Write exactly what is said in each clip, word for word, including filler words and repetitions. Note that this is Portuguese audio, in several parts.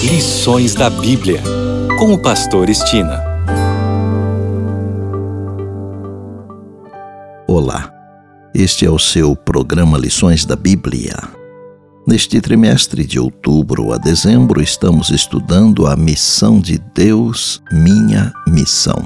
Lições da Bíblia, com o pastor Estina. Olá, este é o seu programa Lições da Bíblia. Neste trimestre de outubro a dezembro estamos estudando a missão de Deus, minha missão.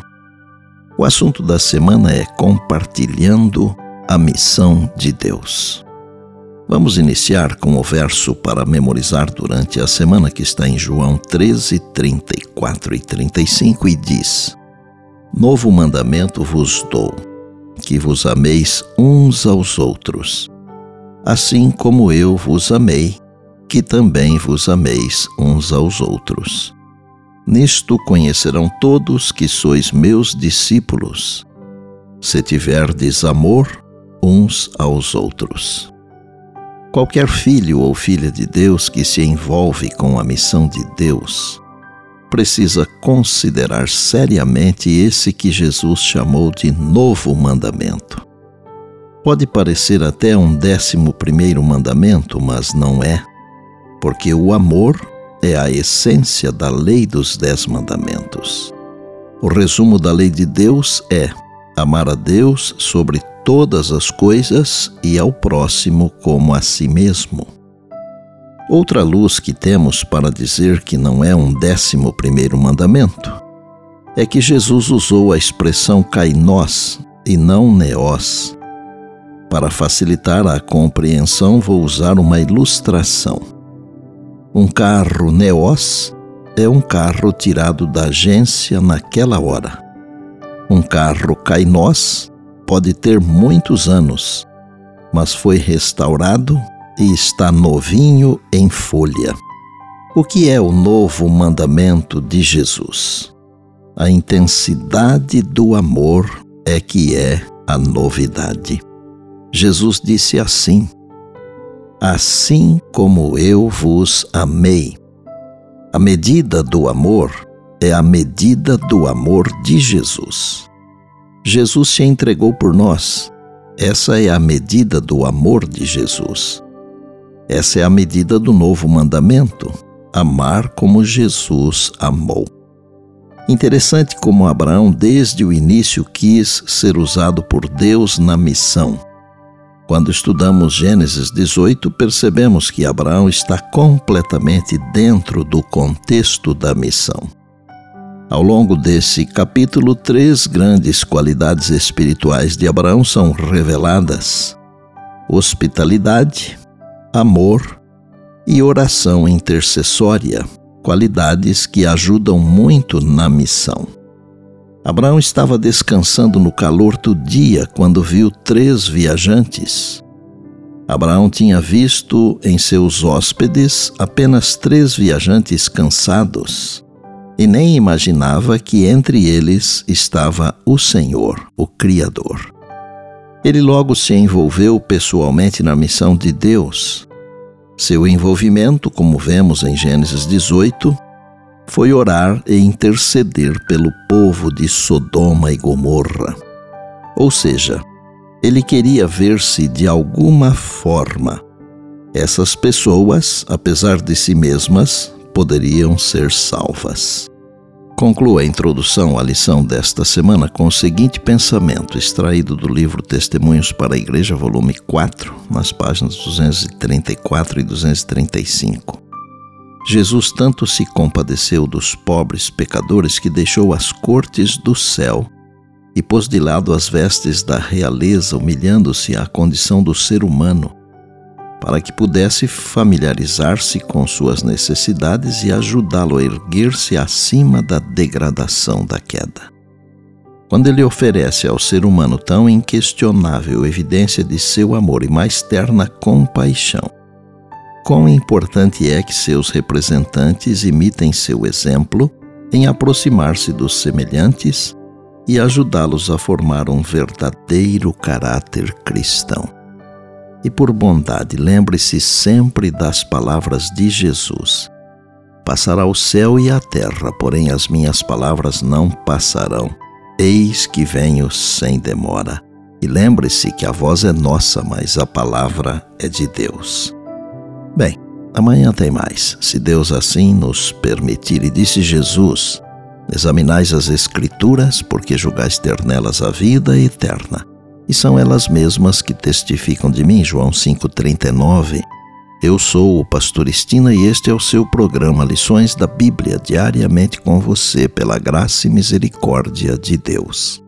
O assunto da semana é compartilhando a missão de Deus. Vamos iniciar com o verso para memorizar durante a semana que está em João treze, trinta e quatro e trinta e cinco e diz: Novo mandamento vos dou, que vos ameis uns aos outros, assim como eu vos amei, que também vos ameis uns aos outros. Nisto conhecerão todos que sois meus discípulos, se tiverdes amor uns aos outros. Qualquer filho ou filha de Deus que se envolve com a missão de Deus precisa considerar seriamente esse que Jesus chamou de novo mandamento. Pode parecer até um décimo primeiro mandamento, mas não é, porque o amor é a essência da lei dos dez mandamentos. O resumo da lei de Deus é amar a Deus sobre todas as coisas e ao próximo como a si mesmo. Outra luz que temos para dizer que não é um décimo primeiro mandamento é que Jesus usou a expressão kainós e não neós. Para facilitar a compreensão, vou usar uma ilustração. Um carro neós é um carro tirado da agência naquela hora. Um carro kainós pode ter muitos anos, mas foi restaurado e está novinho em folha. O que é o novo mandamento de Jesus? A intensidade do amor é que é a novidade. Jesus disse assim: assim como eu vos amei. A medida do amor é a medida do amor de Jesus. Jesus se entregou por nós. Essa é a medida do amor de Jesus. Essa é a medida do novo mandamento: amar como Jesus amou. Interessante como Abraão, desde o início, quis ser usado por Deus na missão. Quando estudamos Gênesis dezoito, percebemos que Abraão está completamente dentro do contexto da missão. Ao longo desse capítulo, três grandes qualidades espirituais de Abraão são reveladas: hospitalidade, amor e oração intercessória, qualidades que ajudam muito na missão. Abraão estava descansando no calor do dia quando viu três viajantes. Abraão tinha visto em seus hóspedes apenas três viajantes cansados e nem imaginava que entre eles estava o Senhor, o Criador. Ele logo se envolveu pessoalmente na missão de Deus. Seu envolvimento, como vemos em Gênesis dezoito, foi orar e interceder pelo povo de Sodoma e Gomorra. Ou seja, ele queria ver se de alguma forma essas pessoas, apesar de si mesmas, poderiam ser salvas. Concluo a introdução à lição desta semana com o seguinte pensamento, extraído do livro Testemunhos para a Igreja, volume quatro, nas páginas duzentos e trinta e quatro e duzentos e trinta e cinco. Jesus tanto se compadeceu dos pobres pecadores que deixou as cortes do céu e pôs de lado as vestes da realeza, humilhando-se à condição do ser humano, para que pudesse familiarizar-se com suas necessidades e ajudá-lo a erguer-se acima da degradação da queda. Quando ele oferece ao ser humano tão inquestionável evidência de seu amor e mais terna compaixão, quão importante é que seus representantes imitem seu exemplo em aproximar-se dos semelhantes e ajudá-los a formar um verdadeiro caráter cristão. E por bondade, lembre-se sempre das palavras de Jesus: passará o céu e a terra, porém as minhas palavras não passarão. Eis que venho sem demora. E lembre-se que a voz é nossa, mas a palavra é de Deus. Bem, Amanhã tem mais, se Deus assim nos permitir. E disse Jesus: examinais as Escrituras, porque julgais ter nelas a vida eterna, e são elas mesmas que testificam de mim. João cinco, trinta e nove. Eu sou o pastor Estina e este é o seu programa Lições da Bíblia, diariamente com você, pela graça e misericórdia de Deus.